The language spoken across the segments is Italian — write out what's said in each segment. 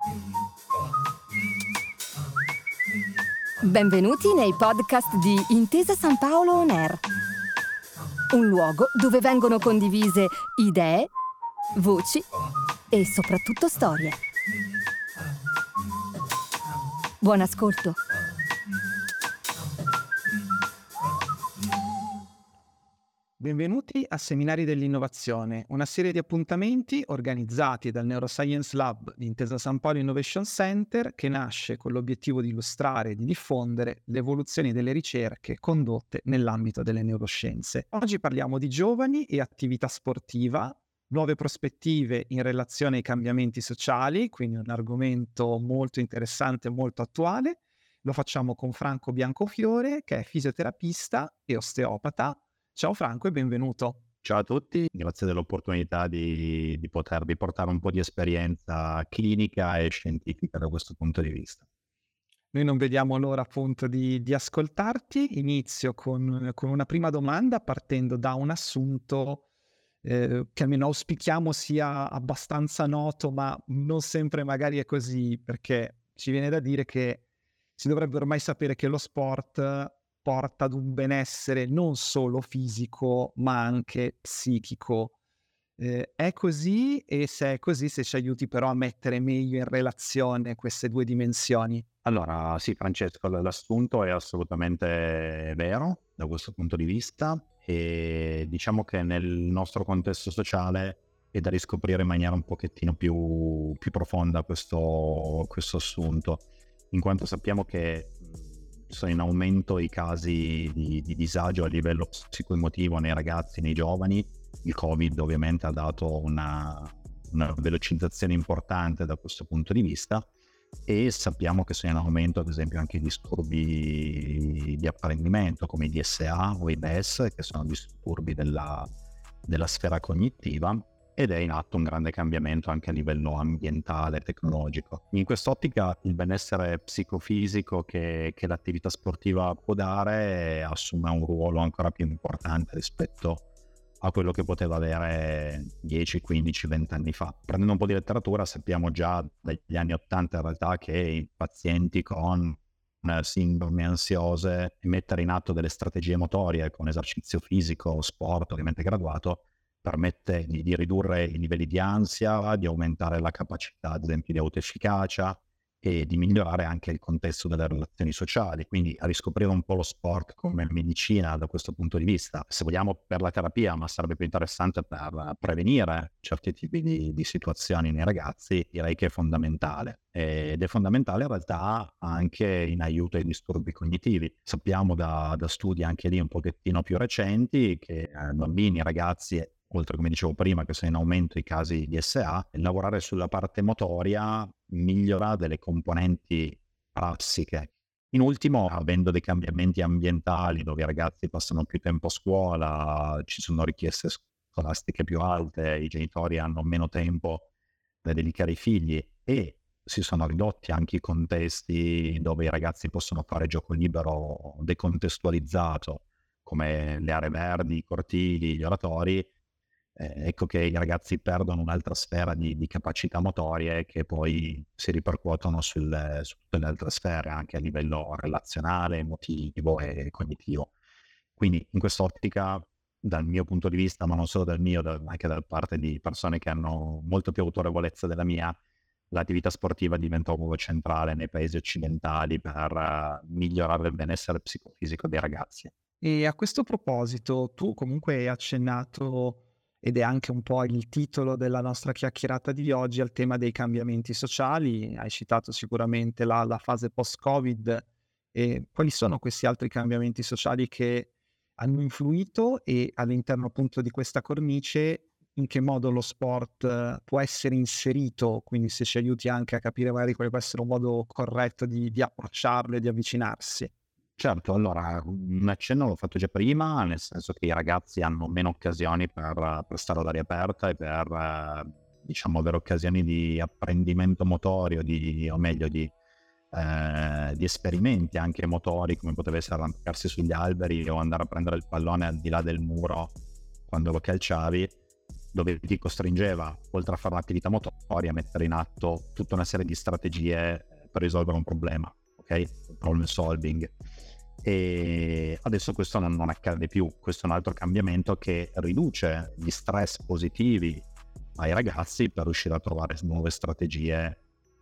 Benvenuti nei podcast di Intesa San Paolo On Air, un luogo dove vengono condivise idee, voci e soprattutto storie. Buon ascolto. Benvenuti a Seminari dell'Innovazione, una serie di appuntamenti organizzati dal Neuroscience Lab di Intesa San Paolo Innovation Center, che nasce con l'obiettivo di illustrare e di diffondere le evoluzioni delle ricerche condotte nell'ambito delle neuroscienze. Oggi parliamo di giovani e attività sportiva, nuove prospettive in relazione ai cambiamenti sociali, quindi un argomento molto interessante e molto attuale. Lo facciamo con Franco Biancofiore, che è fisioterapista e osteopata. Ciao Franco e benvenuto. Ciao a tutti, grazie dell'opportunità di potervi portare un po' di esperienza clinica e scientifica da questo punto di vista. Noi non vediamo l'ora appunto di ascoltarti. Inizio con una prima domanda partendo da un assunto che almeno auspichiamo sia abbastanza noto, ma non sempre magari è così, perché ci viene da dire che si dovrebbe ormai sapere che lo sport porta ad un benessere non solo fisico, ma anche psichico. È così? E se è così, se ci aiuti però a mettere meglio in relazione queste due dimensioni. Allora, sì, Francesco, l'assunto è assolutamente vero da questo punto di vista e diciamo che nel nostro contesto sociale è da riscoprire in maniera un pochettino più profonda questo assunto, in quanto sappiamo che sono in aumento i casi di disagio a livello psicoemotivo nei ragazzi, nei giovani. Il Covid ovviamente ha dato una velocizzazione importante da questo punto di vista e sappiamo che sono in aumento ad esempio anche i disturbi di apprendimento come i DSA o i BES, che sono disturbi della sfera cognitiva, ed è in atto un grande cambiamento anche a livello ambientale e tecnologico. In quest'ottica il benessere psicofisico che l'attività sportiva può dare assume un ruolo ancora più importante rispetto a quello che poteva avere 10, 15, 20 anni fa. Prendendo un po' di letteratura sappiamo già dagli anni 80 in realtà che i pazienti con sindromi ansiose, mettere in atto delle strategie motorie con esercizio fisico, sport ovviamente graduato, permette di ridurre i livelli di ansia, di aumentare la capacità ad esempio di autoefficacia e di migliorare anche il contesto delle relazioni sociali, quindi a riscoprire un po' lo sport come medicina da questo punto di vista, se vogliamo per la terapia, ma sarebbe più interessante per prevenire certi tipi di situazioni nei ragazzi, direi che è fondamentale. Ed è fondamentale in realtà anche in aiuto ai disturbi cognitivi. Sappiamo da studi anche lì un pochettino più recenti che bambini, ragazzi, oltre come dicevo prima che sono in aumento i casi di DSA, lavorare sulla parte motoria migliora delle componenti psiche. In ultimo, avendo dei cambiamenti ambientali dove i ragazzi passano più tempo a scuola, ci sono richieste scolastiche più alte, i genitori hanno meno tempo per dedicare ai figli e si sono ridotti anche i contesti dove i ragazzi possono fare gioco libero decontestualizzato, come le aree verdi, i cortili, gli oratori. Ecco che i ragazzi perdono un'altra sfera di capacità motorie che poi si ripercuotono su tutte le altre sfere, anche a livello relazionale, emotivo e cognitivo. Quindi in quest'ottica, dal mio punto di vista, ma non solo dal mio, anche da parte di persone che hanno molto più autorevolezza della mia, l'attività sportiva diventa un ruolo centrale nei paesi occidentali per migliorare il benessere psicofisico dei ragazzi. E a questo proposito, tu comunque hai accennato, ed è anche un po' il titolo della nostra chiacchierata di oggi, al tema dei cambiamenti sociali. Hai citato sicuramente la fase post-Covid. E quali sono questi altri cambiamenti sociali che hanno influito e all'interno appunto di questa cornice in che modo lo sport può essere inserito, quindi se ci aiuti anche a capire magari quale può essere un modo corretto di approcciarlo e di avvicinarsi. Certo, allora un accenno l'ho fatto già prima, nel senso che i ragazzi hanno meno occasioni per stare all'aria aperta e per diciamo avere occasioni di apprendimento motorio, o meglio di esperimenti anche motori, come poteva essere arrampicarsi sugli alberi o andare a prendere il pallone al di là del muro quando lo calciavi. dove ti costringeva, oltre a fare un'attività motoria, a mettere in atto tutta una serie di strategie per risolvere un problema, ok? Problem solving. E adesso questo non accade più. Questo è un altro cambiamento che riduce gli stress positivi ai ragazzi per riuscire a trovare nuove strategie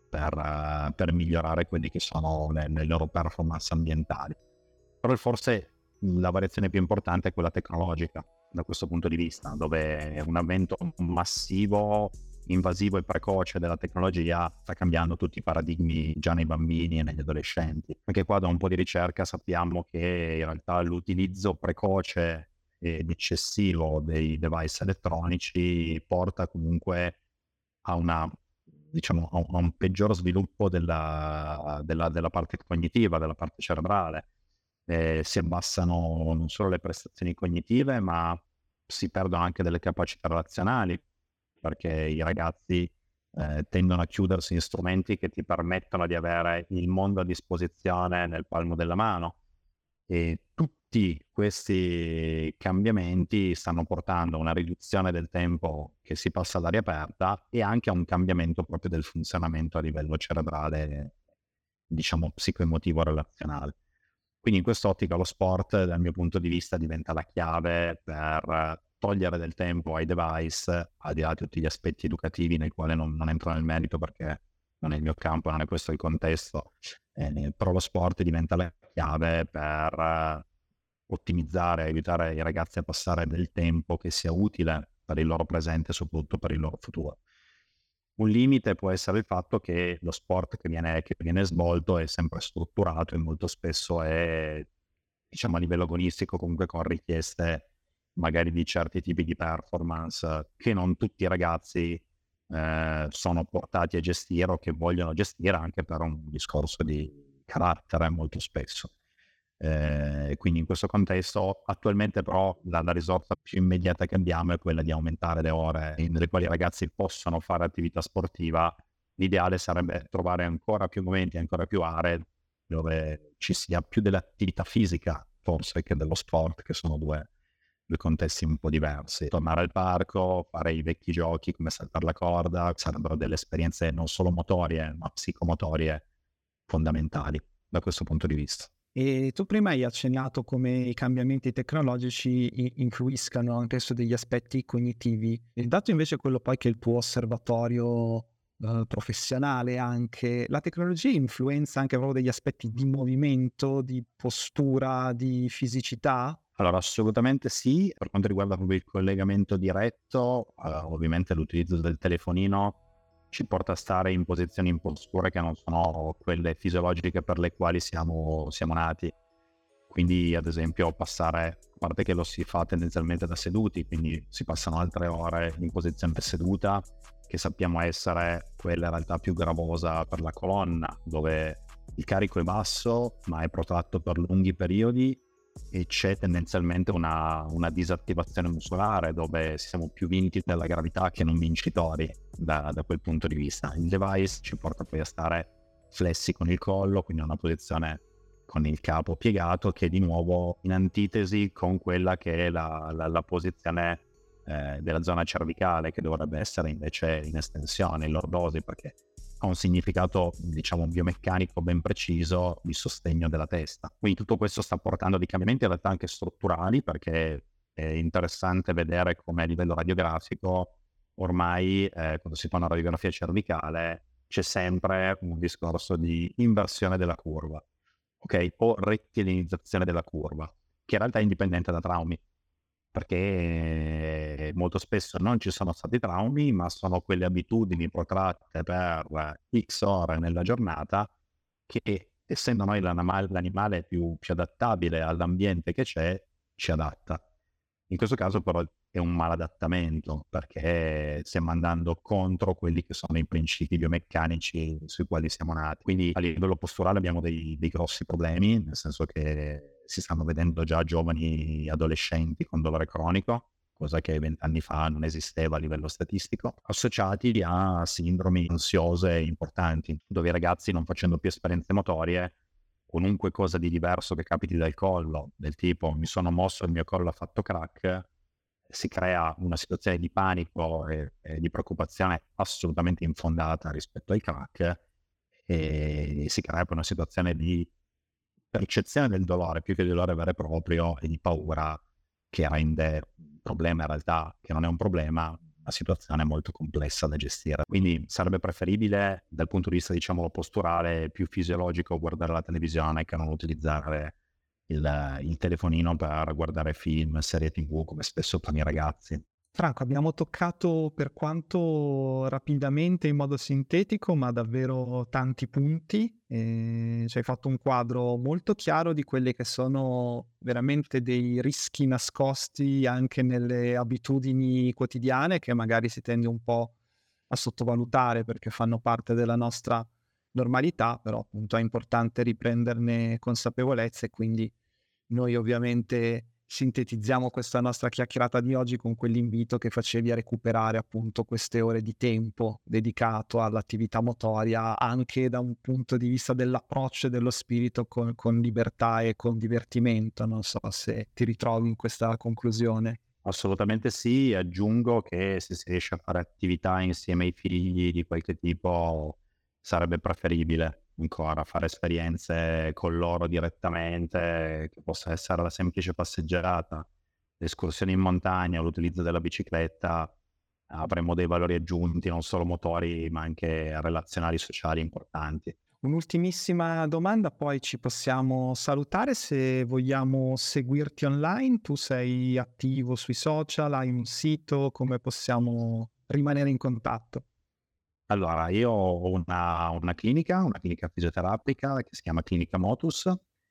per migliorare quelli che sono le loro performance ambientali. Però forse la variazione più importante è quella tecnologica da questo punto di vista, dove un avvento massivo, invasivo e precoce della tecnologia sta cambiando tutti i paradigmi già nei bambini e negli adolescenti. Anche qua da un po' di ricerca sappiamo che in realtà l'utilizzo precoce ed eccessivo dei device elettronici porta comunque a una, diciamo, a un peggior sviluppo della parte cognitiva, della parte cerebrale. Si abbassano non solo le prestazioni cognitive, ma si perdono anche delle capacità relazionali, perché i ragazzi tendono a chiudersi in strumenti che ti permettono di avere il mondo a disposizione nel palmo della mano, e tutti questi cambiamenti stanno portando a una riduzione del tempo che si passa all'aria aperta e anche a un cambiamento proprio del funzionamento a livello cerebrale, diciamo psicoemotivo relazionale. Quindi in quest'ottica lo sport, dal mio punto di vista, diventa la chiave per togliere del tempo ai device, al di là di tutti gli aspetti educativi nei quali non entro nel merito perché non è il mio campo, non è questo il contesto, però lo sport diventa la chiave per ottimizzare, aiutare i ragazzi a passare del tempo che sia utile per il loro presente e soprattutto per il loro futuro. Un limite può essere il fatto che lo sport che viene svolto è sempre strutturato e molto spesso è, diciamo, a livello agonistico, comunque con richieste magari di certi tipi di performance che non tutti i ragazzi sono portati a gestire o che vogliono gestire, anche per un discorso di carattere molto spesso. Quindi in questo contesto attualmente però la risorsa più immediata che abbiamo è quella di aumentare le ore nelle quali i ragazzi possono fare attività sportiva. L'ideale sarebbe trovare ancora più momenti, ancora più aree dove ci sia più dell'attività fisica forse che dello sport, che sono due contesti un po' diversi. Tornare al parco, fare i vecchi giochi come saltare la corda, sarebbero delle esperienze non solo motorie ma psicomotorie fondamentali da questo punto di vista. E tu prima hai accennato come i cambiamenti tecnologici influiscano anche su degli aspetti cognitivi. Il dato invece è quello poi che il tuo osservatorio professionale, anche la tecnologia influenza anche proprio degli aspetti di movimento, di postura, di fisicità? Allora, assolutamente sì. Per quanto riguarda proprio il collegamento diretto, ovviamente l'utilizzo del telefonino ci porta a stare in posizioni, in posture che non sono quelle fisiologiche per le quali siamo nati. Quindi, ad esempio, a parte che lo si fa tendenzialmente da seduti, quindi si passano altre ore in posizione seduta, che sappiamo essere quella in realtà più gravosa per la colonna, dove il carico è basso, ma è protratto per lunghi periodi e c'è tendenzialmente una disattivazione muscolare, dove siamo più vinti dalla gravità che non vincitori da quel punto di vista. Il device ci porta poi a stare flessi con il collo, quindi una posizione con il capo piegato, che è di nuovo in antitesi con quella che è la posizione della zona cervicale, che dovrebbe essere invece in estensione, in lordosi, perché ha un significato, diciamo, biomeccanico ben preciso di sostegno della testa. Quindi tutto questo sta portando dei cambiamenti in realtà anche strutturali, perché è interessante vedere come a livello radiografico ormai quando si fa una radiografia cervicale c'è sempre un discorso di inversione della curva, ok? O rettilinizzazione della curva, che in realtà è indipendente da traumi, perché molto spesso non ci sono stati traumi, ma sono quelle abitudini protratte per X ore nella giornata che, essendo noi l'animale più adattabile all'ambiente che c'è, ci adatta. In questo caso però è un maladattamento, perché stiamo andando contro quelli che sono i principi biomeccanici sui quali siamo nati. Quindi a livello posturale abbiamo dei grossi problemi, nel senso che si stanno vedendo già giovani adolescenti con dolore cronico, cosa che 20 anni fa non esisteva a livello statistico, associati a sindromi ansiose importanti, dove i ragazzi, non facendo più esperienze motorie, qualunque cosa di diverso che capiti dal collo, del tipo mi sono mosso e il mio collo ha fatto crack, si crea una situazione di panico e di preoccupazione assolutamente infondata rispetto ai crack, e si crea poi una situazione di percezione del dolore più che di dolore vero e proprio e di paura, che rende un problema in realtà che non è un problema, una situazione molto complessa da gestire. Quindi sarebbe preferibile dal punto di vista, diciamo, posturale, più fisiologico, guardare la televisione che non utilizzare il telefonino per guardare film, serie TV, come spesso fanno i ragazzi. Franco, abbiamo toccato per quanto rapidamente, in modo sintetico, ma davvero tanti punti. Ci hai fatto un quadro molto chiaro di quelli che sono veramente dei rischi nascosti anche nelle abitudini quotidiane, che magari si tende un po' a sottovalutare perché fanno parte della nostra normalità, però appunto è importante riprenderne consapevolezza, e quindi noi ovviamente sintetizziamo questa nostra chiacchierata di oggi con quell'invito che facevi a recuperare appunto queste ore di tempo dedicato all'attività motoria, anche da un punto di vista dell'approccio e dello spirito con libertà e con divertimento. Non so se ti ritrovi in questa conclusione. Assolutamente sì, aggiungo che se si riesce a fare attività insieme ai figli di qualche tipo sarebbe preferibile ancora, fare esperienze con loro direttamente, che possa essere la semplice passeggiata, l'escursione in montagna o l'utilizzo della bicicletta. Avremo dei valori aggiunti, non solo motori, ma anche relazionali, sociali importanti. Un'ultimissima domanda, poi ci possiamo salutare. Se vogliamo seguirti online, tu sei attivo sui social, hai un sito, come possiamo rimanere in contatto? Allora, io ho una clinica fisioterapica che si chiama Clinica Motus,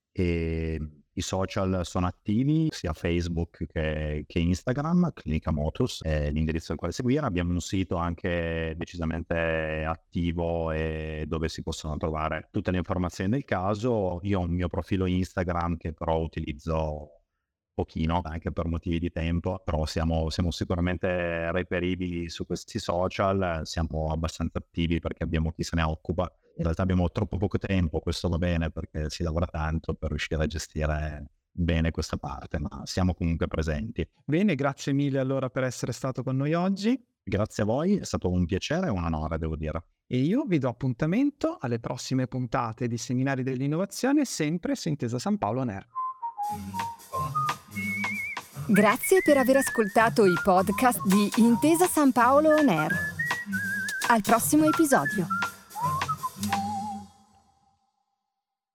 e i social sono attivi, sia Facebook che Instagram, Clinica Motus è l'indirizzo al quale seguire. Abbiamo un sito anche decisamente attivo e dove si possono trovare tutte le informazioni del caso. Io ho un mio profilo Instagram che però utilizzo pochino, anche per motivi di tempo, però siamo sicuramente reperibili su questi social, siamo abbastanza attivi perché abbiamo chi se ne occupa. In realtà abbiamo troppo poco tempo, questo va bene perché si lavora tanto per riuscire a gestire bene questa parte, ma siamo comunque presenti. Bene, grazie mille allora per essere stato con noi oggi. Grazie a voi, è stato un piacere e un onore, devo dire. E io vi do appuntamento alle prossime puntate di Seminari dell'Innovazione, sempre su Intesa San Paolo On Air. Grazie per aver ascoltato i podcast di Intesa San Paolo On Air. Al prossimo episodio.